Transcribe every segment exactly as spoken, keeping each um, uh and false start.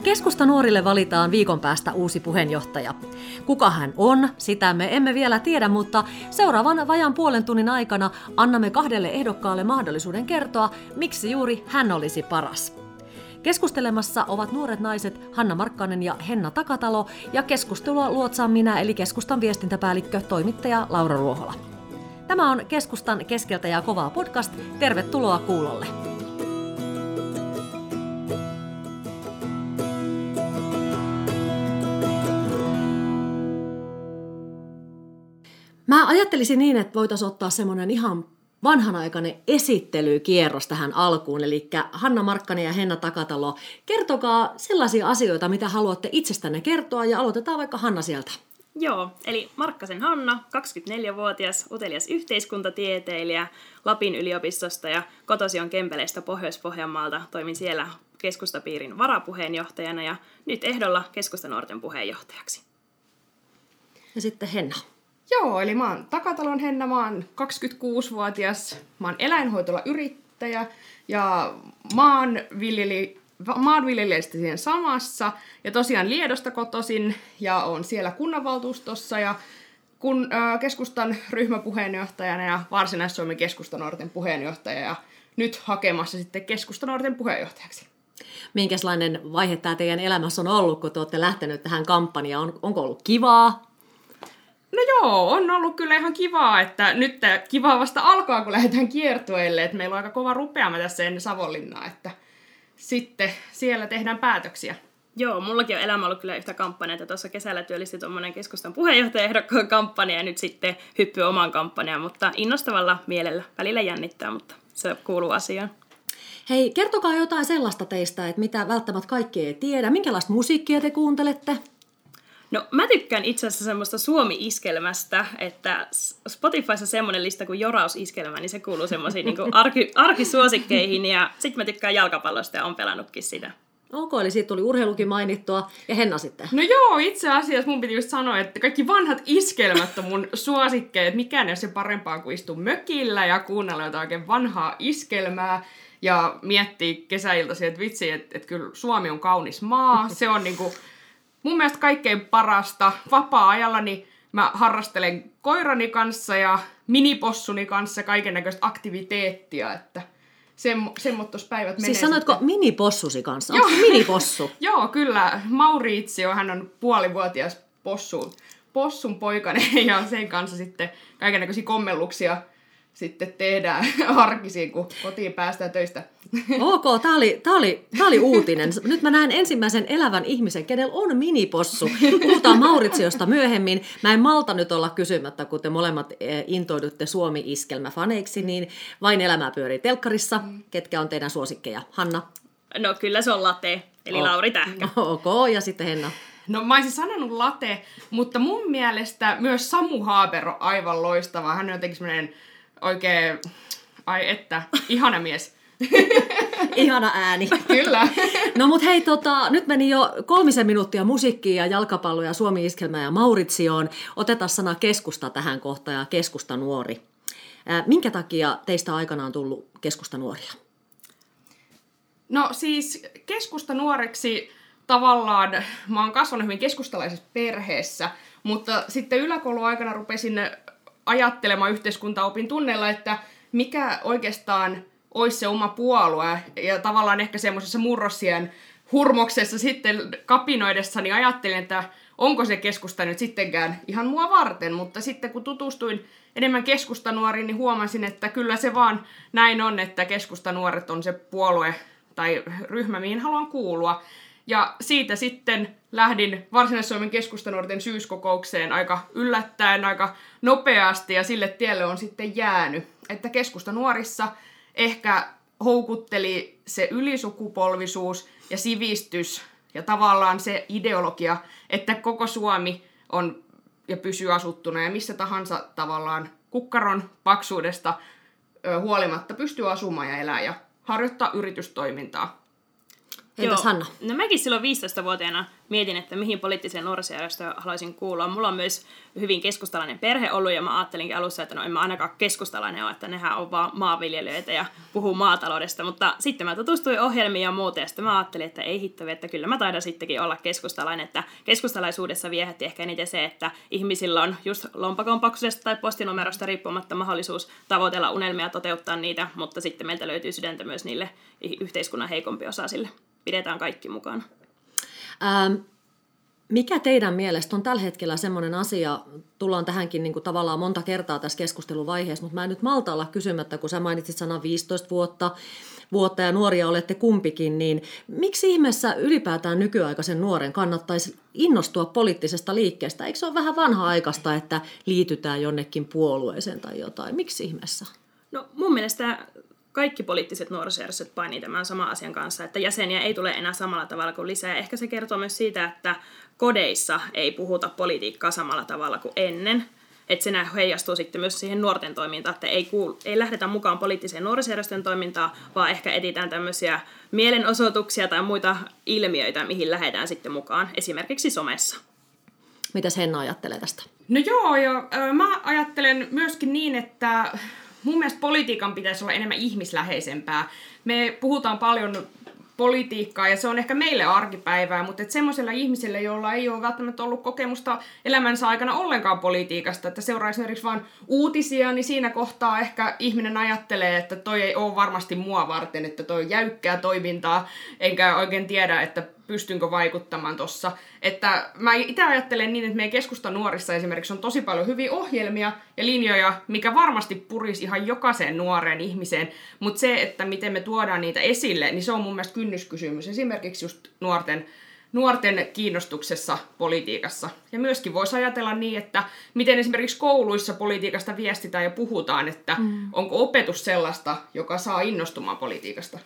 Keskustanuorille valitaan viikon päästä uusi puheenjohtaja. Kuka hän on, sitä me emme vielä tiedä, mutta seuraavan vajan puolen tunnin aikana annamme kahdelle ehdokkaalle mahdollisuuden kertoa, miksi juuri hän olisi paras. Keskustelemassa ovat nuoret naiset Hanna Markkanen ja Henna Takatalo, ja keskustelua luotsaan minä, eli keskustan viestintäpäällikkö, toimittaja Laura Ruohola. Tämä on Keskustan keskeltä ja kovaa podcast. Tervetuloa kuulolle. Mä ajattelisin niin, että voitaisiin ottaa semmoinen ihan vanhanaikainen esittelykierros tähän alkuun. Eli Hanna Markkanen ja Henna Takatalo, kertokaa sellaisia asioita, mitä haluatte itsestänne kertoa, ja aloitetaan vaikka Hanna sieltä. Joo, eli Markkasen Hanna, kaksikymmentäneljävuotias, utelias yhteiskuntatieteilijä Lapin yliopistosta ja kotosi on Kempeleestä Pohjois-Pohjanmaalta. Toimin siellä keskustapiirin varapuheenjohtajana ja nyt ehdolla keskustanuorten puheenjohtajaksi. Ja sitten Henna. Joo, eli mä oon Takatalon Henna, mä oon kaksikymmentäkuusivuotias, mä oon eläinhoitolayrittäjä ja maanviljeli, maanviljelijästä siihen samassa ja tosiaan Liedosta kotoisin ja oon siellä kunnanvaltuustossa ja kun, äh, keskustan ryhmäpuheenjohtajana ja Varsinais-Suomen keskustanuorten puheenjohtaja ja nyt hakemassa sitten keskustanuorten puheenjohtajaksi. Minkälainen vaihe tämä teidän elämässä on ollut, kun te olette lähtenyt tähän kampanjaan? On, onko ollut kivaa? No joo, on ollut kyllä ihan kivaa, että nyt kivaa vasta alkaa, kun lähdetään kiertueelle, että meillä on aika kova rupeama tässä ennen Savonlinnaa, että sitten siellä tehdään päätöksiä. Joo, mullakin on elämä ollut kyllä yhtä kampanjaa, tuossa kesällä työllisti tuommoinen keskustan puheenjohtajaehdokkaan kampanja ja nyt sitten hyppy oman kampanjaan, mutta innostavalla mielellä. Välillä jännittää, mutta se kuuluu asiaan. Hei, kertokaa jotain sellaista teistä, että mitä välttämättä kaikki ei tiedä. Minkälaista musiikkia te kuuntelette? No mä tykkään itse asiassa semmoista Suomi-iskelmästä, että Spotifyssa semmoinen lista kuin Joraus-iskelmä, niin se kuuluu semmoisiin niin kuin arki, arkisuosikkeihin ja sitten mä tykkään jalkapallosta ja on pelannutkin sitä. Ok, eli siitä tuli urheilukin mainittua ja Henna sitten. No joo, itse asiassa mun piti just sanoa, että kaikki vanhat iskelmät on mun suosikkeet. Mikään ei ole se parempaa kuin istua mökillä ja kuunnella jotain oikein vanhaa iskelmää. Ja miettii kesäiltaisin, että vitsi, että, että kyllä Suomi on kaunis maa. Se on niinku mun mielestä kaikkein parasta. Vapaa-ajallani mä harrastelen koirani kanssa ja minipossuni kanssa kaikennäköistä aktiviteettia, että Sem, semmottos päivät menee. Siis sanoitko sitten minipossusi kanssa? Joo. Onko minippossu? Joo, kyllä. Mauritsio, hän on puolivuotias possu, possun poikainen ja sen kanssa sitten kaikennäköisiä kommelluksia sitten tehdään arkisin, kun kotiin päästään töistä. Ok, tää oli, tää oli, tää oli uutinen. Nyt mä näen ensimmäisen elävän ihmisen, kenellä on minipossu. Puhutaan Mauritsiosta myöhemmin. Mä en malta nyt olla kysymättä, kun te molemmat intoudutte Suomi-iskelmäfaneiksi, niin Vain elämää pyörii telkkarissa. Ketkä on teidän suosikkeja? Hanna? No kyllä se on Late, eli oh. Lauri Tähkä. Ok, ja sitten Henna? No mä olisin sanonut Late, mutta mun mielestä myös Samu Haaber on aivan loistava. Hän on jotenkin semmoinen oikein, ai että, ihana mies. Ihana ääni. Kyllä. No mut hei, tota, nyt meni jo kolmisen minuuttia musiikkia ja jalkapalloa ja Suomi-iskelmää ja Mauritsioon. Otetaan sana keskusta tähän kohtaan ja keskustanuori. Ää, minkä takia teistä aikanaan tullut keskustanuoria? No siis keskustanuoreksi tavallaan, mä oon kasvanut hyvin keskustalaisessa perheessä, mutta sitten yläkouluaikana rupesin ajattelemaan yhteiskuntaopin tunneilla, että mikä oikeastaan olisi se oma puolue. Ja tavallaan ehkä semmoisessa murrosien hurmoksessa sitten kapinoidessani ajattelin, että onko se keskusta nyt sittenkään ihan mua varten. Mutta sitten kun tutustuin enemmän keskustanuoriin, niin huomasin, että kyllä se vaan näin on, että keskustanuoret on se puolue tai ryhmä, mihin haluan kuulua. Ja siitä sitten lähdin Varsinais-Suomen keskustanuorten syyskokoukseen aika yllättäen, aika nopeasti ja sille tielle on sitten jäänyt. Että keskustanuorissa ehkä houkutteli se ylisukupolvisuus ja sivistys ja tavallaan se ideologia, että koko Suomi on ja pysyy asuttuna ja missä tahansa tavallaan kukkaron paksuudesta huolimatta pystyy asumaan ja elää ja harjoittaa yritystoimintaa. Entäs Hanna? No mäkin silloin viisitoistavuotiaana mietin, että mihin poliittiseen nuorisojärjestöön haluaisin kuulua. Mulla on myös hyvin keskustalainen perhe ollut ja mä ajattelinkin alussa, että no en mä ainakaan keskustalainen ole, että nehän on vaan maanviljelijöitä ja puhuu maataloudesta. Mutta sitten mä tutustuin ohjelmiin ja muuta ja sitten mä ajattelin, että ei hittovi, että kyllä mä taidan sittenkin olla keskustalainen. Että keskustalaisuudessa viehätti ehkä eniten se, että ihmisillä on just lompakon paksuudesta tai postinumerosta riippumatta mahdollisuus tavoitella unelmia ja toteuttaa niitä, mutta sitten meiltä löytyy sydäntä myös niille yhteiskunnan heikompiosaisille. Pidetään kaikki mukana. Ähm, mikä teidän mielestä on tällä hetkellä semmoinen asia, tullaan tähänkin niin kuin tavallaan monta kertaa tässä keskusteluvaiheessa, mutta mä en nyt malta olla kysymättä, kun sä mainitsit sanan viisitoista vuotta, vuotta ja nuoria olette kumpikin, niin miksi ihmeessä ylipäätään nykyaikaisen nuoren kannattaisi innostua poliittisesta liikkeestä? Eikö se ole vähän vanha-aikaista, että liitytään jonnekin puolueeseen tai jotain? Miksi ihmeessä? No mun mielestä kaikki poliittiset nuorisojärjestöt painii tämän saman asian kanssa, että jäseniä ei tule enää samalla tavalla kuin lisää. Ehkä se kertoo myös siitä, että kodeissa ei puhuta politiikkaa samalla tavalla kuin ennen. Että se heijastuu sitten myös siihen nuorten toimintaan, että ei, kuul- ei lähdetä mukaan poliittiseen nuorisojärjestön toimintaan, vaan ehkä etsitään tämmöisiä mielenosoituksia tai muita ilmiöitä, mihin lähdetään sitten mukaan, esimerkiksi somessa. Mitäs Henna ajattelee tästä? No joo, ja äh, mä ajattelen myöskin niin, että mun mielestä politiikan pitäisi olla enemmän ihmisläheisempää. Me puhutaan paljon politiikkaa ja se on ehkä meille arkipäivää, mutta semmoisella ihmisellä, jolla ei ole välttämättä ollut kokemusta elämänsä aikana ollenkaan politiikasta, että seuraa esimerkiksi vain uutisia, niin siinä kohtaa ehkä ihminen ajattelee, että toi ei ole varmasti mua varten, että toi on jäykkää toimintaa, enkä oikein tiedä, että pystynkö vaikuttamaan tossa. Että mä itse ajattelen niin, että meidän keskustanuorissa esimerkiksi on tosi paljon hyviä ohjelmia ja linjoja, mikä varmasti purisi ihan jokaiseen nuoreen ihmiseen, mutta se, että miten me tuodaan niitä esille, niin se on mun mielestä kynnyskysymys. Esimerkiksi just nuorten, nuorten kiinnostuksessa politiikassa. Ja myöskin voisi ajatella niin, että miten esimerkiksi kouluissa politiikasta viestitään ja puhutaan, että mm. onko opetus sellaista, joka saa innostumaan politiikasta.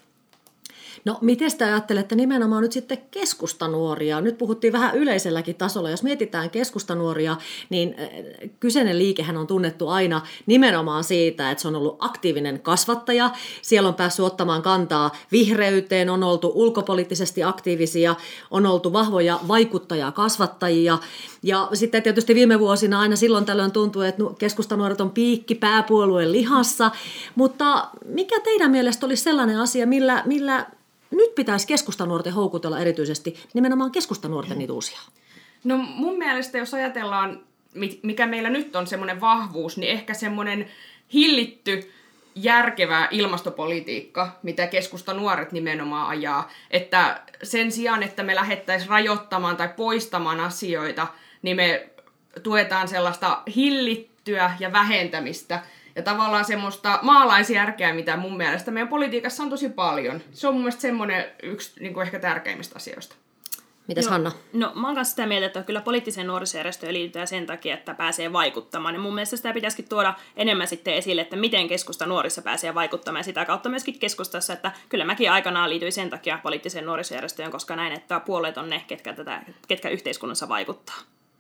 No, miten te ajattelette nimenomaan nyt sitten keskustanuoria? Nyt puhuttiin vähän yleiselläkin tasolla. Jos mietitään keskustanuoria, niin kyseinen liikehän on tunnettu aina nimenomaan siitä, että se on ollut aktiivinen kasvattaja. Siellä on päässyt ottamaan kantaa vihreyteen, on oltu ulkopoliittisesti aktiivisia, on oltu vahvoja vaikuttaja-kasvattajia. Ja sitten tietysti viime vuosina aina silloin tällöin tuntuu, että keskustanuoret on piikki pääpuolueen lihassa. Mutta mikä teidän mielestä olisi sellainen asia, millä... millä nyt pitäisi keskustanuorten houkutella erityisesti nimenomaan keskustanuorten niitä uusia? No mun mielestä, jos ajatellaan, mikä meillä nyt on semmoinen vahvuus, niin ehkä semmoinen hillitty, järkevä ilmastopolitiikka, mitä keskustanuoret nimenomaan ajaa. Että sen sijaan, että me lähdettäisiin rajoittamaan tai poistamaan asioita, niin me tuetaan sellaista hillittyä ja vähentämistä. Ja tavallaan semmoista maalaisjärkeä, mitä mun mielestä meidän politiikassa on tosi paljon. Se on mun mielestä semmoinen yksi niin kuin ehkä tärkeimmistä asioista. Mitäs Joo. Hanna? No mä oon kanssa sitä mieltä, että kyllä poliittiseen nuorisojärjestöön liitytään sen takia, että pääsee vaikuttamaan. Ja mun mielestä sitä pitäisikin tuoda enemmän sitten esille, että miten keskusta nuorissa pääsee vaikuttamaan. Ja sitä kautta myöskin keskustassa, että kyllä mäkin aikanaan liityin sen takia poliittiseen nuorisojärjestöön, koska näin, että puolueet on ne, ketkä, tätä, ketkä yhteiskunnassa vaikuttaa.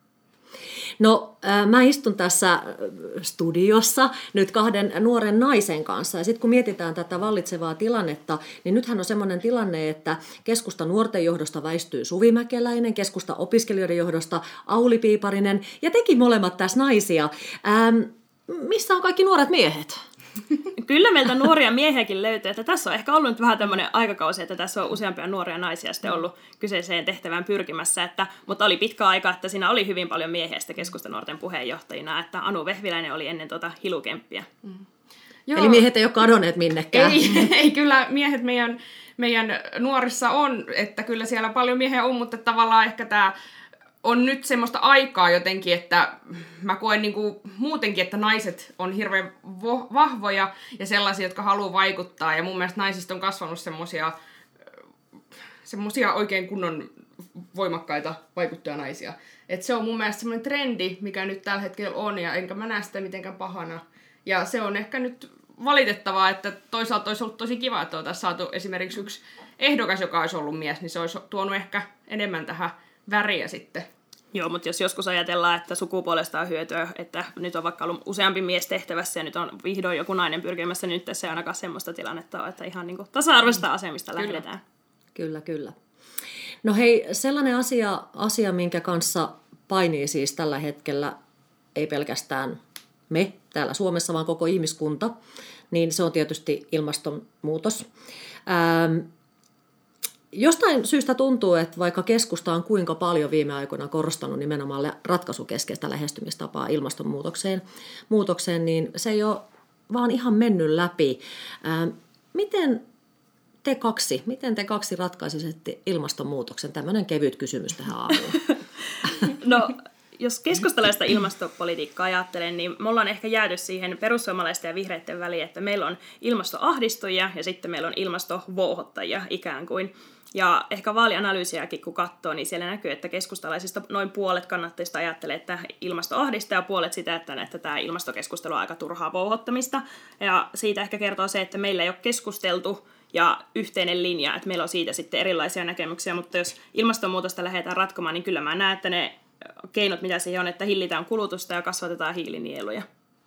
No, äh, mä istun tässä studiossa nyt kahden nuoren naisen kanssa, ja sitten kun mietitään tätä vallitsevaa tilannetta, niin nythän on semmoinen tilanne, että keskusta nuorten johdosta väistyy Suvi Mäkeläinen, keskusta opiskelijoiden johdosta Auli Piiparinen, ja tekin molemmat tässä naisia. Ähm, missä on kaikki nuoret miehet? Kyllä meiltä nuoria miehiäkin löytyy, että tässä on ehkä ollut nyt vähän tämmöinen aikakausi, että tässä on useampia nuoria naisia sitten ollut kyseiseen tehtävään pyrkimässä, että, mutta oli pitkä aika, että siinä oli hyvin paljon miehiä sitten keskustanuorten puheenjohtajina, että Anu Vehviläinen oli ennen tuota Hilukemppiä. Mm. Eli miehet ei ole kadonneet minnekään. Ei, ei kyllä miehet meidän, meidän nuorissa on, että kyllä siellä paljon miehiä on, mutta tavallaan ehkä tämä on nyt semmoista aikaa jotenkin, että mä koen niin kuin muutenkin, että naiset on hirveän vo- vahvoja ja sellaisia, jotka haluaa vaikuttaa. Ja mun mielestä naisista on kasvanut semmoisia semmoisia oikein kunnon voimakkaita vaikuttajanaisia. Et se on mun mielestä semmoinen trendi, mikä nyt tällä hetkellä on, ja enkä mä näe sitä mitenkään pahana. Ja se on ehkä nyt valitettavaa, että toisaalta olisi ollut tosi kiva, että oltaisiin saatu esimerkiksi yksi ehdokas, joka olisi ollut mies, niin se olisi tuonut ehkä enemmän tähän väriä sitten. Joo, mutta jos joskus ajatellaan, että sukupuolesta on hyötyä, että nyt on vaikka ollut useampi mies tehtävässä ja nyt on vihdoin joku nainen pyrkimässä, niin nyt tässä ei ainakaan semmoista tilannetta ole, että ihan niin kuin tasa-arvoista asemista lähdetään. Kyllä, kyllä. No hei, sellainen asia, asia, minkä kanssa painii siis tällä hetkellä, ei pelkästään me täällä Suomessa, vaan koko ihmiskunta, niin se on tietysti ilmastonmuutos. Ähm, jostain syystä tuntuu, että vaikka keskusta on kuinka paljon viime aikoina korostanut nimenomaan ratkaisukeskeistä lähestymistapaa ilmastonmuutokseen, muutokseen, niin se ei ole vaan ihan mennyt läpi. Ähm, miten te kaksi, miten te kaksi ratkaisisitte ilmastonmuutoksen? Tämmöinen kevyt kysymys tähän aamuun. No, jos keskustalaista ilmastopolitiikkaa ajattelen, niin me ollaan ehkä jääty siihen perussuomalaisten ja vihreiden väliin, että meillä on ilmastoahdistujia ja sitten meillä on ilmastovouhottajia ikään kuin. Ja ehkä vaalianalyysiäkin kun katsoo, niin siellä näkyy, että keskustalaisista noin puolet kannattajista ajattelee, että ilmasto ahdistaa ja puolet sitä, että, että tämä ilmastokeskustelu on aika turhaa vouhottamista. Ja siitä ehkä kertoo se, että meillä ei ole keskusteltu ja yhteinen linja, että meillä on siitä sitten erilaisia näkemyksiä, mutta jos ilmastonmuutosta lähdetään ratkomaan, niin kyllä mä näen, että ne keinot, mitä siihen on, että hillitään kulutusta ja kasvatetaan hiilinieluja.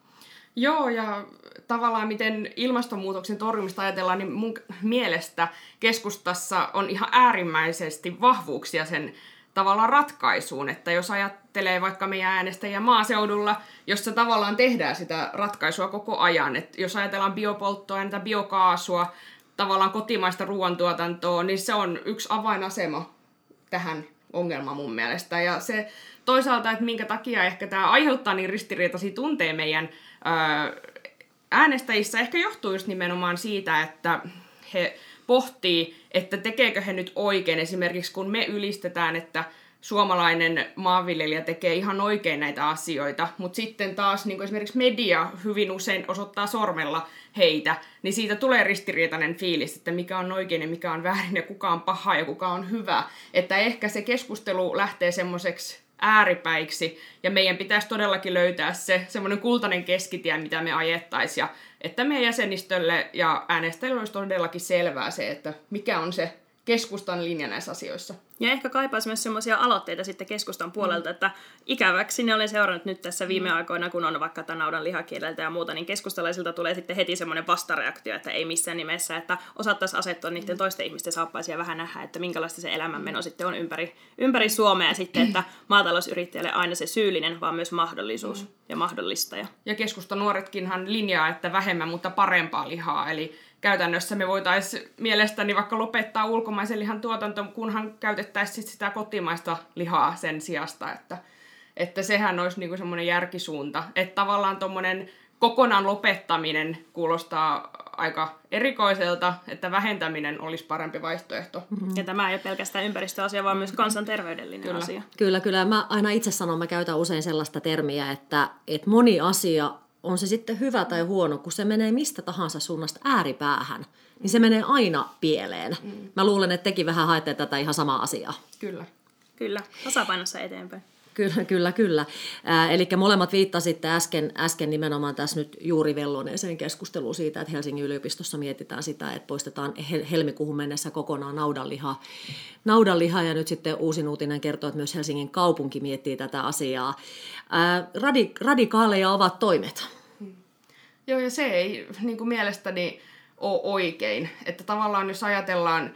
Joo, ja tavallaan miten ilmastonmuutoksen torjumista ajatellaan, niin mun mielestä keskustassa on ihan äärimmäisesti vahvuuksia sen tavallaan ratkaisuun, että jos ajattelee vaikka meidän äänestäjiä maaseudulla, jossa tavallaan tehdään sitä ratkaisua koko ajan, että jos ajatellaan biopolttoainetta, biokaasua, tavallaan kotimaista ruoantuotantoa, niin se on yksi avainasema tähän ongelmaan mun mielestä. Ja se toisaalta, että minkä takia ehkä tämä aiheuttaa niin ristiriitaisia tunteja meidän öö, äänestäjissä, ehkä johtuu just nimenomaan siitä, että he pohtii, että tekeekö he nyt oikein. Esimerkiksi kun me ylistetään, että suomalainen maanviljelijä tekee ihan oikein näitä asioita, mutta sitten taas niin kuin esimerkiksi media hyvin usein osoittaa sormella heitä, niin siitä tulee ristiriitainen fiilis, että mikä on oikein ja mikä on väärin ja kuka on paha ja kuka on hyvä. Että ehkä se keskustelu lähtee semmoiseksi ääripäiksi ja meidän pitäisi todellakin löytää se semmoinen kultainen keskitie, mitä me ajettaisiin ja että meidän jäsenistölle ja äänestäjille olisi todellakin selvää se, että mikä on se keskustan linja näissä asioissa. Ja ehkä kaipaisi myös semmoisia aloitteita sitten keskustan puolelta, mm. että ikäväksi ne olen seurannut nyt tässä viime mm. aikoina, kun on vaikka tämän naudan lihakieleltä ja muuta, niin keskustalaisilta tulee sitten heti semmoinen vastareaktio, että ei missään nimessä, että osattaisiin asettua niiden toisten ihmisten saappaisia vähän nähdä, että minkälaista se elämänmeno sitten on ympäri, ympäri Suomea ja sitten, että maatalousyrittäjälle aina se syyllinen, vaan myös mahdollisuus mm. ja mahdollistaja. Ja keskustan nuoretkinhan linjaa, että vähemmän, mutta parempaa lihaa, eli käytännössä me voitaisiin mielestäni vaikka lopettaa ulkomaisen lihan tuotanto, kunhan käytettäisiin sitä kotimaista lihaa sen sijasta, että, että sehän olisi niinku semmoinen järkisuunta. Että tavallaan tuommoinen kokonaan lopettaminen kuulostaa aika erikoiselta, että vähentäminen olisi parempi vaihtoehto. Mm-hmm. Ja tämä ei ole pelkästään ympäristöasia, vaan myös kansanterveydellinen kyllä. asia. Kyllä, kyllä. Mä aina itse sanon, mä käytän usein sellaista termiä, että, että moni asia on se sitten hyvä tai huono, kun se menee mistä tahansa suunnasta ääripäähän, niin se menee aina pieleen. Mm. Mä luulen, että tekin vähän haette tätä ihan samaa asiaa. Kyllä. Kyllä, tasapainossa eteenpäin. Kyllä, kyllä, kyllä. Äh, eli molemmat viittasitte äsken, äsken nimenomaan tässä nyt juuri velloneeseen keskusteluun siitä, että Helsingin yliopistossa mietitään sitä, että poistetaan helmikuuhun mennessä kokonaan naudanliha. naudanliha ja nyt sitten uusin uutinen kertoo, että myös Helsingin kaupunki miettii tätä asiaa. Äh, radik- radikaaleja ovat toimet. Hmm. Joo, ja se ei niin kuin mielestäni ole oikein. Että tavallaan jos ajatellaan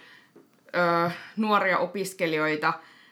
ö, nuoria opiskelijoita,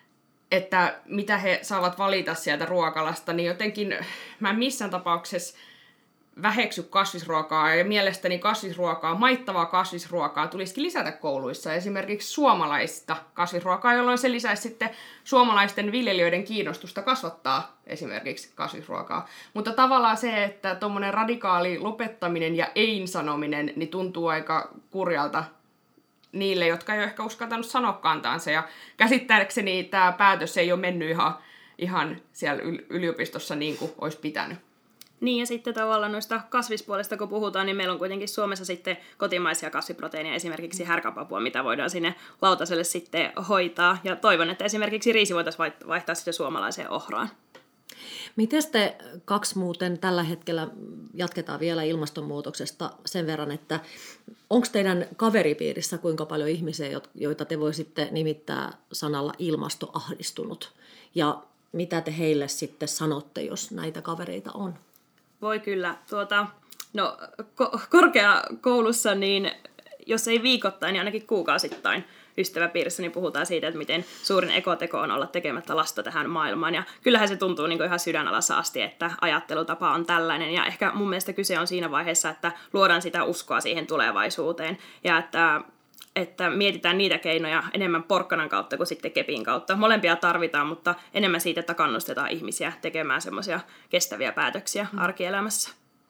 että mitä he saavat valita sieltä ruokalasta, niin jotenkin mä en missään tapauksessa väheksy kasvisruokaa, ja mielestäni kasvisruokaa, maittavaa kasvisruokaa tulisikin lisätä kouluissa, esimerkiksi suomalaista kasvisruokaa, jolloin se lisäisi sitten suomalaisten viljelijöiden kiinnostusta kasvattaa esimerkiksi kasvisruokaa. Mutta tavallaan se, että tuommoinen radikaali lopettaminen ja ei-sanominen niin tuntuu aika kurjalta niille, jotka ei ole ehkä uskaltanut sanoa kantaansa. Ja käsittääkseni tämä päätös ei ole mennyt ihan, ihan siellä yliopistossa niin kuin olisi pitänyt. Niin, ja sitten tavallaan noista kasvispuolesta, kun puhutaan, niin meillä on kuitenkin Suomessa sitten kotimaisia kasviproteiineja, esimerkiksi härkäpapua, mitä voidaan sinne lautaselle sitten hoitaa. Ja toivon, että esimerkiksi riisi voitaisiin vaihtaa sitten suomalaiseen ohraan. Miten te kaksi muuten tällä hetkellä, jatketaan vielä ilmastonmuutoksesta sen verran, että onko teidän kaveripiirissä kuinka paljon ihmisiä, joita te voisitte nimittää sanalla ilmastoahdistunut? Ja mitä te heille sitten sanotte, jos näitä kavereita on? Voi kyllä. Tuota, no, ko- korkeakoulussa, niin jos ei viikoittain, niin ainakin kuukausittain ystäväpiirissä niin puhutaan siitä, että miten suurin ekoteko on olla tekemättä lasta tähän maailmaan. Ja kyllähän se tuntuu niin kuin ihan sydänalassa asti, että ajattelutapa on tällainen. Ja ehkä mun mielestä kyse on siinä vaiheessa, että luodaan sitä uskoa siihen tulevaisuuteen. Ja että että mietitään niitä keinoja enemmän porkkanan kautta kuin sitten kepin kautta. Molempia tarvitaan, mutta enemmän siitä, että kannustetaan ihmisiä tekemään semmoisia kestäviä päätöksiä arkielämässä.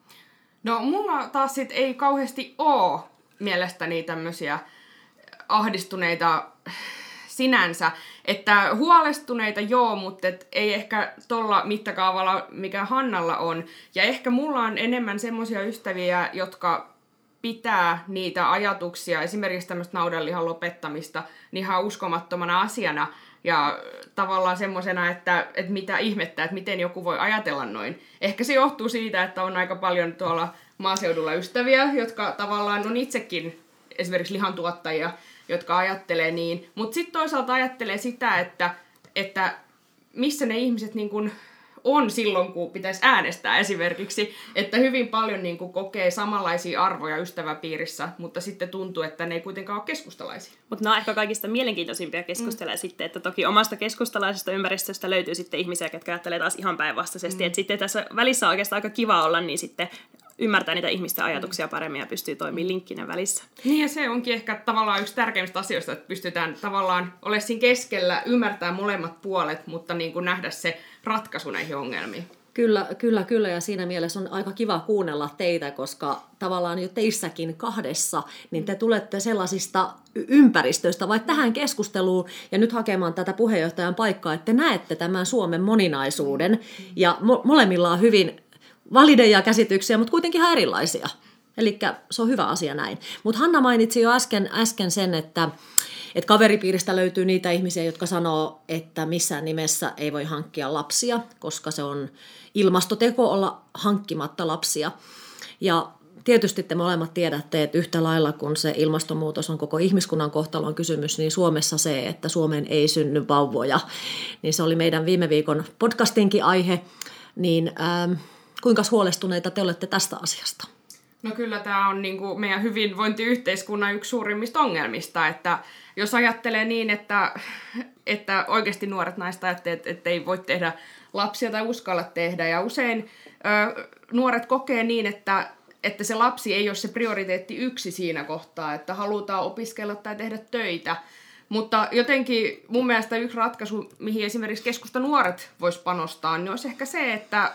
No mulla taas sit ei kauheasti ole mielestäni tämmöisiä ahdistuneita sinänsä, että huolestuneita joo, mutta et ei ehkä tolla mittakaavalla, mikä Hannalla on. Ja ehkä mulla on enemmän semmoisia ystäviä, jotka pitää niitä ajatuksia, esimerkiksi tämmöistä naudanlihan lopettamista, niin ihan uskomattomana asiana ja tavallaan semmoisena, että, että mitä ihmettä, että miten joku voi ajatella noin. Ehkä se johtuu siitä, että on aika paljon tuolla maaseudulla ystäviä, jotka tavallaan on itsekin esimerkiksi lihantuottajia, jotka ajattelee niin, mutta sitten toisaalta ajattelee sitä, että, että missä ne ihmiset niin kun on silloin, kun pitäisi äänestää esimerkiksi, että hyvin paljon niin kuin kokee samanlaisia arvoja ystäväpiirissä, mutta sitten tuntuu, että ne ei kuitenkaan ole keskustalaisia. Mutta nämä on ehkä kaikista mielenkiintoisimpia keskusteluja mm. sitten, että toki omasta keskustalaisesta ympäristöstä löytyy sitten ihmisiä, jotka ajattelee taas ihan päinvastaisesti, mm. että sitten tässä välissä on oikeastaan aika kiva olla, niin sitten ymmärtää niitä ihmisten ajatuksia paremmin ja pystyy toimimaan linkkinä välissä. Niin ja se onkin ehkä tavallaan yksi tärkeimmistä asioista, että pystytään tavallaan olemaan siinä keskellä, ymmärtää molemmat puolet, mutta niin kuin nähdä se ratkaisu näihin ongelmiin. Kyllä, kyllä, kyllä. Ja siinä mielessä on aika kiva kuunnella teitä, koska tavallaan jo teissäkin kahdessa, niin te tulette sellaisista ympäristöistä, vaikka tähän keskusteluun ja nyt hakemaan tätä puheenjohtajan paikkaa, että te näette tämän Suomen moninaisuuden ja mo- molemmilla on hyvin valideja käsityksiä, mutta kuitenkin ihan erilaisia. Eli se on hyvä asia näin. Mutta Hanna mainitsi jo äsken, äsken sen, että, että kaveripiiristä löytyy niitä ihmisiä, jotka sanoo, että missään nimessä ei voi hankkia lapsia, koska se on ilmastoteko olla hankkimatta lapsia. Ja tietysti te molemmat tiedätte, että yhtä lailla kun se ilmastonmuutos on koko ihmiskunnan kohtalon kysymys, niin Suomessa se, että Suomeen ei synny vauvoja, niin se oli meidän viime viikon podcastinkin aihe, niin ähm, kuinka huolestuneita te olette tästä asiasta? No kyllä tämä on niin kuin meidän hyvinvointiyhteiskunnan yksi suurimmista ongelmista, että jos ajattelee niin, että, että oikeasti nuoret naiset ajattelevat, että ei voi tehdä lapsia tai uskalla tehdä, ja usein ö, nuoret kokee niin, että, että se lapsi ei ole se prioriteetti yksi siinä kohtaa, että halutaan opiskella tai tehdä töitä, mutta jotenkin mun mielestä yksi ratkaisu, mihin esimerkiksi keskusta nuoret vois panostaa, niin olisi ehkä se, että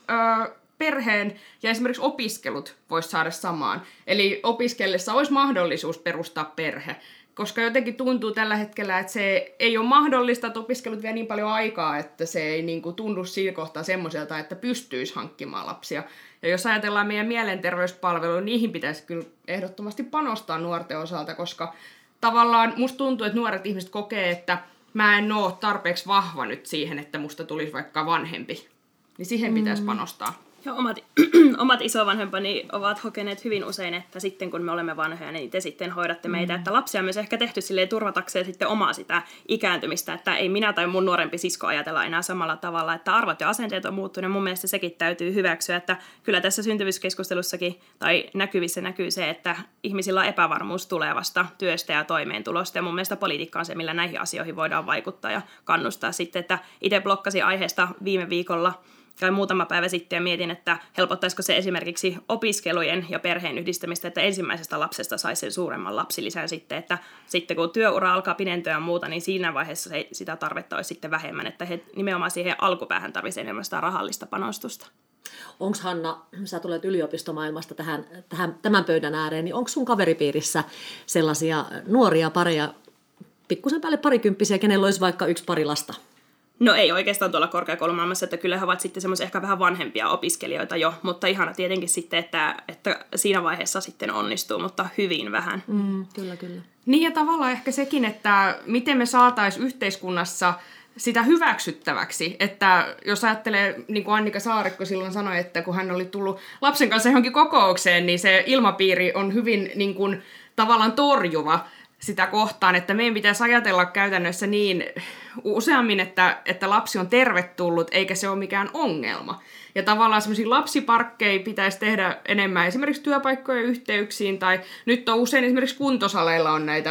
ö, perheen ja esimerkiksi opiskelut voisi saada samaan. Eli opiskellessa olisi mahdollisuus perustaa perhe, koska jotenkin tuntuu tällä hetkellä, että se ei ole mahdollista, että opiskelut vie niin paljon aikaa, että se ei niin kuin tunnu siinä kohtaa semmoiselta, että pystyisi hankkimaan lapsia. Ja jos ajatellaan meidän mielenterveyspalveluja, niihin pitäisi kyllä ehdottomasti panostaa nuorten osalta, koska tavallaan musta tuntuu, että nuoret ihmiset kokee, että mä en ole tarpeeksi vahva nyt siihen, että musta tulisi vaikka vanhempi. Niin siihen pitäisi panostaa. Joo, omat, omat isovanhempani ovat hokeneet hyvin usein, että sitten kun me olemme vanhoja, niin te sitten hoidatte meitä. Mm. Että lapsia on myös ehkä tehty silleen turvatakseen sitten omaa sitä ikääntymistä, että ei minä tai mun nuorempi sisko ajatella enää samalla tavalla, että arvot ja asenteet on muuttunut. Mun mielestä sekin täytyy hyväksyä, että kyllä tässä syntyvyyskeskustelussakin tai näkyvissä näkyy se, että ihmisillä on epävarmuus tulevasta työstä ja toimeentulosta. Ja mun mielestä politiikka on se, millä näihin asioihin voidaan vaikuttaa ja kannustaa sitten, että itse blokkasin aiheesta viime viikolla tai muutama päivä sitten ja mietin, että helpottaisiko se esimerkiksi opiskelujen ja perheen yhdistämistä, että ensimmäisestä lapsesta saisi sen suuremman lapsilisän sitten, että sitten kun työura alkaa pidentyä ja muuta, niin siinä vaiheessa se, sitä tarvetta olisi sitten vähemmän, että he nimenomaan siihen alkupäähän tarvitsisi enemmän sitä rahallista panostusta. Onko Hanna, sä tulet yliopistomaailmasta tähän, tähän, tämän pöydän ääreen, niin onko sun kaveripiirissä sellaisia nuoria pareja, pikkusen päälle parikymppisiä, kenellä olisi vaikka yksi pari lasta? No ei oikeastaan tuolla korkeakoulumaailmassa, että kyllä he ovat sitten semmoisia ehkä vähän vanhempia opiskelijoita jo, mutta ihana tietenkin sitten, että, että siinä vaiheessa sitten onnistuu, mutta hyvin vähän. Mm, kyllä, kyllä. Niin ja tavallaan ehkä sekin, että miten me saataisiin yhteiskunnassa sitä hyväksyttäväksi, että jos ajattelee, niin kuin Annika Saarikko silloin sanoi, että kun hän oli tullut lapsen kanssa johonkin kokoukseen, niin se ilmapiiri on hyvin niin kuin, tavallaan torjuva sitä kohtaan, että meidän pitäisi ajatella käytännössä niin useammin, että, että lapsi on tervetullut, eikä se ole mikään ongelma. Ja tavallaan semmoisia lapsiparkkeja pitäisi tehdä enemmän esimerkiksi työpaikkojen yhteyksiin, tai nyt on usein esimerkiksi kuntosaleilla on näitä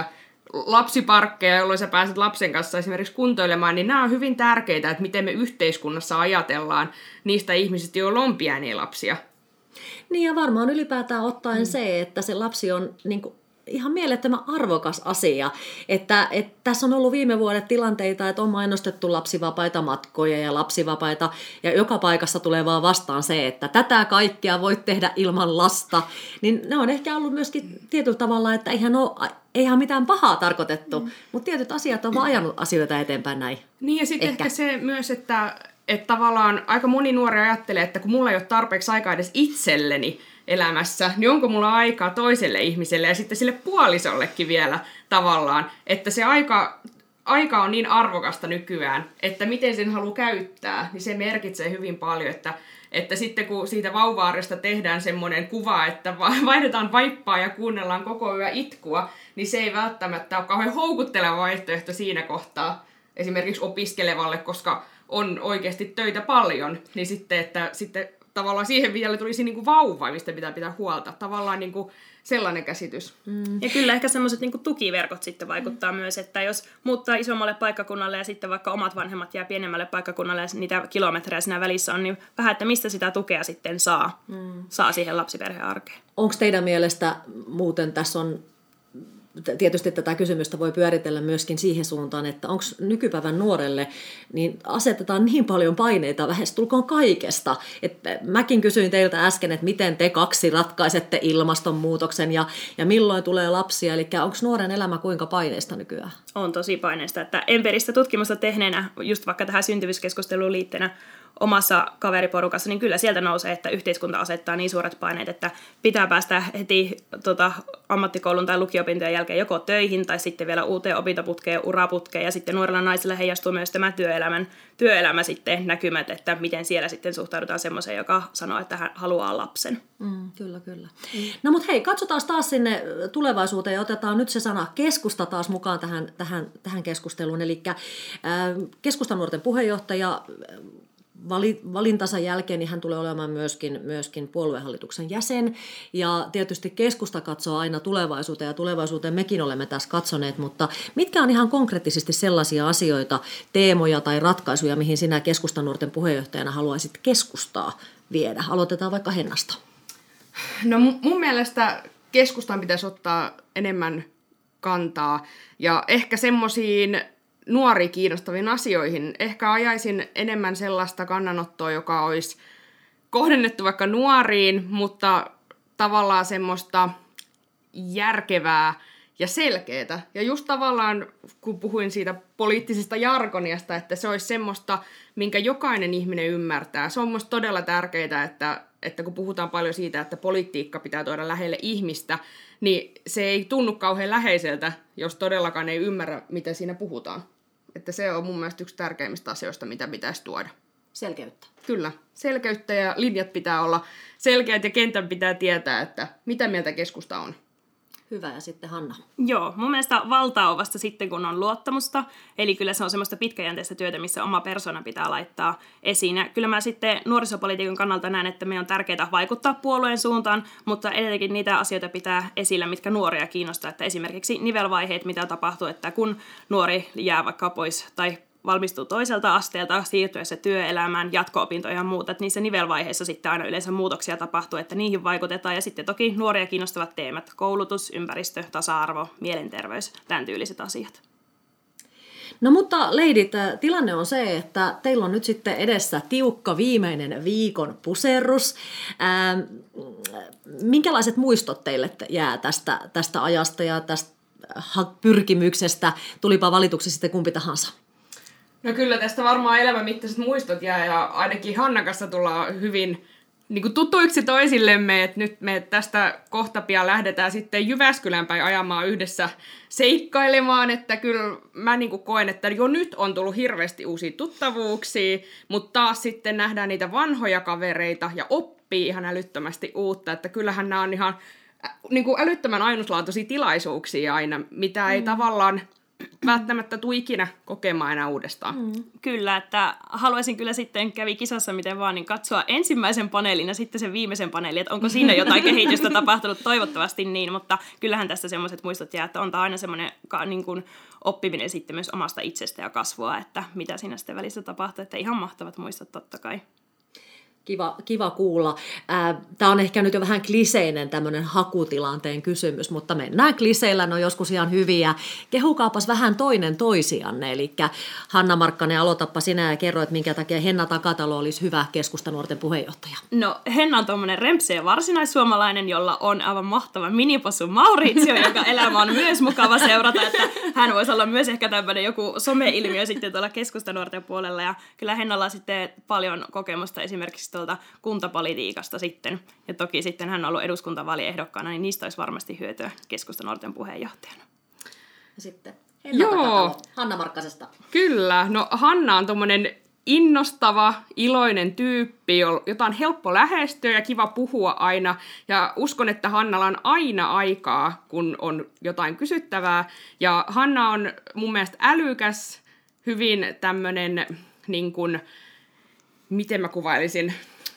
lapsiparkkeja, jolloin sä pääset lapsen kanssa esimerkiksi kuntoilemaan, niin nämä on hyvin tärkeitä, että miten me yhteiskunnassa ajatellaan niistä ihmisistä, joilla on pieniä lapsia. Niin ja varmaan ylipäätään ottaen mm. se, että se lapsi on niin kuin ihan mielettömän arvokas asia. Että, että tässä on ollut viime vuodet tilanteita, että on mainostettu lapsivapaita matkoja ja lapsivapaita, ja joka paikassa tulee vaan vastaan se, että tätä kaikkea voit tehdä ilman lasta. Niin ne on ehkä ollut myöskin tietyllä tavalla, että eihän ole eihän mitään pahaa tarkoitettu, mm. mutta tietyt asiat on vaan ajanut asioita eteenpäin näin. Niin ja sitten ehkä. ehkä se myös, että, että tavallaan aika moni nuori ajattelee, että kun mulla ei ole tarpeeksi aikaa edes itselleni elämässä, niin onko mulla aikaa toiselle ihmiselle ja sitten sille puolisollekin vielä tavallaan, että se aika, aika on niin arvokasta nykyään, että miten sen haluaa käyttää, niin se merkitsee hyvin paljon, että, että sitten kun siitä vauva-arjesta tehdään semmoinen kuva, että vaihdetaan vaippaa ja kuunnellaan koko yö itkua, niin se ei välttämättä ole kauhean houkutteleva vaihtoehto siinä kohtaa esimerkiksi opiskelevalle, koska on oikeasti töitä paljon, niin sitten, että sitten tavallaan siihen vielä tulisi niinku vauva, mistä pitää pitää huolta. Tavallaan niinku sellainen käsitys. Mm. Ja kyllä ehkä semmoiset niinku tukiverkot sitten vaikuttaa mm. myös, että jos muuttaa isommalle paikkakunnalle ja sitten vaikka omat vanhemmat jää pienemmälle paikkakunnalle ja niitä kilometrejä siinä välissä on, niin vähän, että mistä sitä tukea sitten saa, mm. saa siihen lapsiperheen arkeen. Onko teidän mielestä muuten tässä on, tietysti tätä kysymystä voi pyöritellä myöskin siihen suuntaan, että onko nykypäivän nuorelle, niin asetetaan niin paljon paineita lähestulkoon kaikesta. Että mäkin kysyin teiltä äsken, että miten te kaksi ratkaisette ilmastonmuutoksen ja, ja milloin tulee lapsia, eli onko nuoren elämä kuinka paineista nykyään? On tosi paineista, että empiiristä tutkimusta tehneenä, just vaikka tähän syntyvyyskeskusteluun liitteenä, omassa kaveriporukassa, niin kyllä sieltä nousee, että yhteiskunta asettaa niin suuret paineet, että pitää päästä heti tota, ammattikoulun tai lukio-opintojen jälkeen joko töihin tai sitten vielä uuteen opintoputkeen, uraputkeen, ja sitten nuorilla naisilla heijastuu myös tämä työelämän, työelämä sitten näkymät, että miten siellä sitten suhtaudutaan semmoiseen, joka sanoo, että hän haluaa lapsen. Mm, kyllä, kyllä. Mm. No mutta hei, katsotaan taas sinne tulevaisuuteen ja otetaan nyt se sana keskusta taas mukaan tähän, tähän, tähän keskusteluun, eli äh, keskustanuorten puheenjohtaja valintansa jälkeen niin hän tulee olemaan myöskin, myöskin puoluehallituksen jäsen. Ja tietysti keskusta katsoo aina tulevaisuuteen ja tulevaisuuteen mekin olemme tässä katsoneet, mutta mitkä on ihan konkreettisesti sellaisia asioita, teemoja tai ratkaisuja, mihin sinä keskustanuorten puheenjohtajana haluaisit keskustaa viedä? Aloitetaan vaikka Hennasta. No mun mielestä keskustaan pitäisi ottaa enemmän kantaa ja ehkä semmoisiin nuoria kiinnostaviin asioihin. Ehkä ajaisin enemmän sellaista kannanottoa, joka olisi kohdennettu vaikka nuoriin, mutta tavallaan semmoista järkevää ja selkeää. Ja just tavallaan, kun puhuin siitä poliittisesta jargoniasta, että se olisi semmoista, minkä jokainen ihminen ymmärtää. Se on minusta todella tärkeää, että, että kun puhutaan paljon siitä, että politiikka pitää tuoda lähelle ihmistä, niin se ei tunnu kauhean läheiseltä, jos todellakaan ei ymmärrä, mitä siinä puhutaan. Että se on mun mielestä yksi tärkeimmistä asioista, mitä pitäisi tuoda. Selkeyttä. Kyllä. Selkeyttä ja linjat pitää olla selkeät ja kentän pitää tietää, että mitä mieltä keskusta on. Hyvä. Ja sitten Hanna. Joo, mun mielestä valta on vasta sitten, kun on luottamusta. Eli kyllä se on semmoista pitkäjänteistä työtä, missä oma persona pitää laittaa esiin. Ja kyllä mä sitten nuorisopolitiikan kannalta näen, että meidän on tärkeää vaikuttaa puolueen suuntaan, mutta edelleenkin niitä asioita pitää esillä, mitkä nuoria kiinnostaa. Että esimerkiksi nivelvaiheet, mitä tapahtuu, että kun nuori jää vaikka pois tai valmistuu toiselta asteelta siirtyessä työelämään, jatko-opintoihin ja muuta, että niissä nivelvaiheissa sitten aina yleensä muutoksia tapahtuu, että niihin vaikutetaan. Ja sitten toki nuoria kiinnostavat teemat, koulutus, ympäristö, tasa-arvo, mielenterveys, tämän tyyliset asiat. No mutta leidit, tilanne on se, että teillä on nyt sitten edessä tiukka viimeinen viikon puserrus. Ää, minkälaiset muistot teille jää tästä, tästä ajasta ja tästä pyrkimyksestä, tulipa valituksi sitten kumpi tahansa? No kyllä tästä varmaan elämänmittaiset muistot jää ja ainakin Hannan kanssa tullaan hyvin niin kuin tutuiksi toisillemme, että nyt me tästä kohta pian lähdetään sitten Jyväskylän päin ajamaan yhdessä seikkailemaan, että kyllä mä niin kuin koen, että jo nyt on tullut hirveästi uusia tuttavuuksia, mutta taas sitten nähdään niitä vanhoja kavereita ja oppii ihan älyttömästi uutta, että kyllähän nämä on ihan niin kuin älyttömän ainutlaatuisia tilaisuuksia aina, mitä ei mm. tavallaan välttämättä tule ikinä kokemaan enää uudestaan. Mm. Kyllä, että haluaisin kyllä sitten, kävi kisassa miten vaan, niin katsoa ensimmäisen paneelin ja sitten sen viimeisen paneelin, että onko siinä jotain kehitystä tapahtunut, toivottavasti niin, mutta kyllähän tästä semmoiset muistot jää, että on tämä aina semmoinen niin kuin oppiminen sitten myös omasta itsestä ja kasvua, että mitä siinä sitten välissä tapahtuu, että ihan mahtavat muistot totta kai. Kiva, kiva kuulla. Tämä on ehkä nyt jo vähän kliseinen tämmöinen hakutilanteen kysymys, mutta mennään kliseillä, ne on joskus ihan hyviä. Kehukaapas vähän toinen toisianne, eli Hanna Markkanen, aloitappa sinä ja kerroit, minkä takia Henna Takatalo olisi hyvä keskustanuorten puheenjohtaja. No Henna on tuommoinen rempseä varsinaissuomalainen, jolla on aivan mahtava minipossu Mauritsio, jonka elämä on myös mukava seurata, että hän voisi olla myös ehkä tämmöinen joku some-ilmiö sitten tuolla keskustanuorten puolella, ja kyllä Hennalla on sitten paljon kokemusta esimerkiksi tuolta kuntapolitiikasta sitten, ja toki sitten hän on ollut eduskuntavaaliehdokkaana, niin niistä olisi varmasti hyötyä keskustanuorten puheenjohtajana. Ja sitten Henna Takatalo, Hanna Markkasesta. Kyllä, no Hanna on tommonen innostava, iloinen tyyppi, jota on helppo lähestyä ja kiva puhua aina, ja uskon, että Hannalla on aina aikaa, kun on jotain kysyttävää, ja Hanna on mun mielestä älykäs, hyvin tämmönen, niin kuin, miten mä kuvailisin,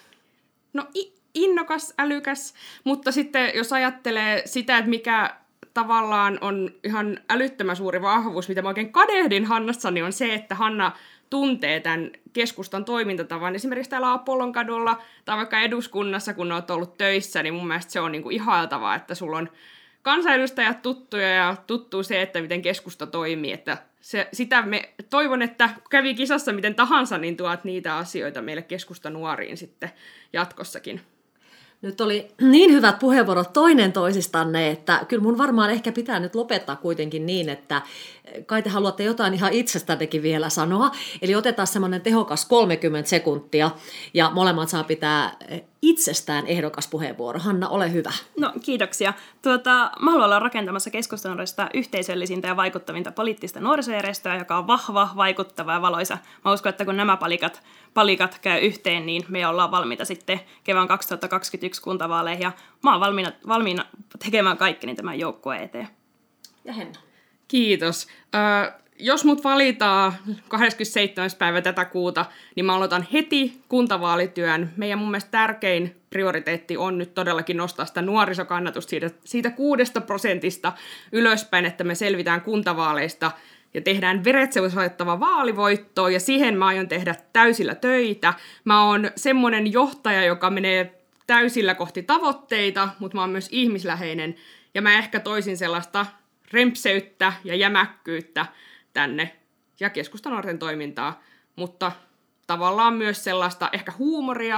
no innokas, älykäs, mutta sitten jos ajattelee sitä, että mikä tavallaan on ihan älyttömän suuri vahvuus, mitä mä oikein kadehdin Hannassa, niin on se, että Hanna tuntee tämän keskustan toimintatavan. Esimerkiksi täällä Apollonkadulla tai vaikka eduskunnassa, kun olet ollut töissä, niin mun mielestä se on niinku ihailtavaa, että sulla on kansanedustajat tuttuja ja tuttuu se, että miten keskusta toimii. Että se, sitä me, toivon, että kävi kisassa miten tahansa, niin tuot niitä asioita meille keskustanuoriin sitten jatkossakin. Nyt oli niin hyvät puheenvuorot toinen toisistanne, että kyllä mun varmaan ehkä pitää nyt lopettaa kuitenkin niin, että kai te haluatte jotain ihan itsestänekin vielä sanoa. Eli otetaan semmoinen tehokas kolmekymmentä sekuntia ja molemmat saa pitää itsestään ehdokas puheenvuoro. Hanna, ole hyvä. No kiitoksia. Tuota, mä haluan olla rakentamassa keskustanuoresta yhteisöllisintä ja vaikuttavinta poliittista nuorisojärjestöä, joka on vahva, vaikuttava ja valoisa. Mä uskon, että kun nämä palikat, palikat käy yhteen, niin me ollaan valmiita sitten kevään kaksituhattakaksikymmentäyksi kuntavaaleihin. Ja mä oon valmiina, valmiina tekemään kaikkeni tämän joukkueen eteen. Ja Henna. Kiitos. Ö, jos mut valitaan kahdeskymmenesseitsemäs päivä tätä kuuta, niin mä aloitan heti kuntavaalityön. Meidän mun mielestä tärkein prioriteetti on nyt todellakin nostaa sitä nuorisokannatusta siitä, siitä kuudesta prosentista ylöspäin, että me selvitään kuntavaaleista ja tehdään veretsevuusvaittava vaalivoitto, ja siihen mä aion tehdä täysillä töitä. Mä oon semmoinen johtaja, joka menee täysillä kohti tavoitteita, mutta mä oon myös ihmisläheinen, ja mä ehkä toisin sellaista rempseyttä ja jämäkkyyttä tänne ja keskustanuorten toimintaa, mutta tavallaan myös sellaista ehkä huumoria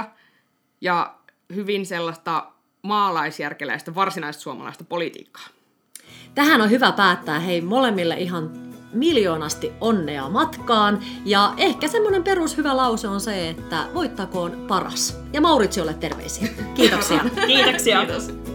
ja hyvin sellaista maalaisjärkeläistä, varsinaista suomalaista politiikkaa. Tähän on hyvä päättää hei molemmille ihan miljoonasti onnea matkaan, ja ehkä semmoinen perushyvä lause on se, että voittakoon paras. Ja Mauritsiolle terveisiä. Kiitoksia. Kiitoksia. Kiitos.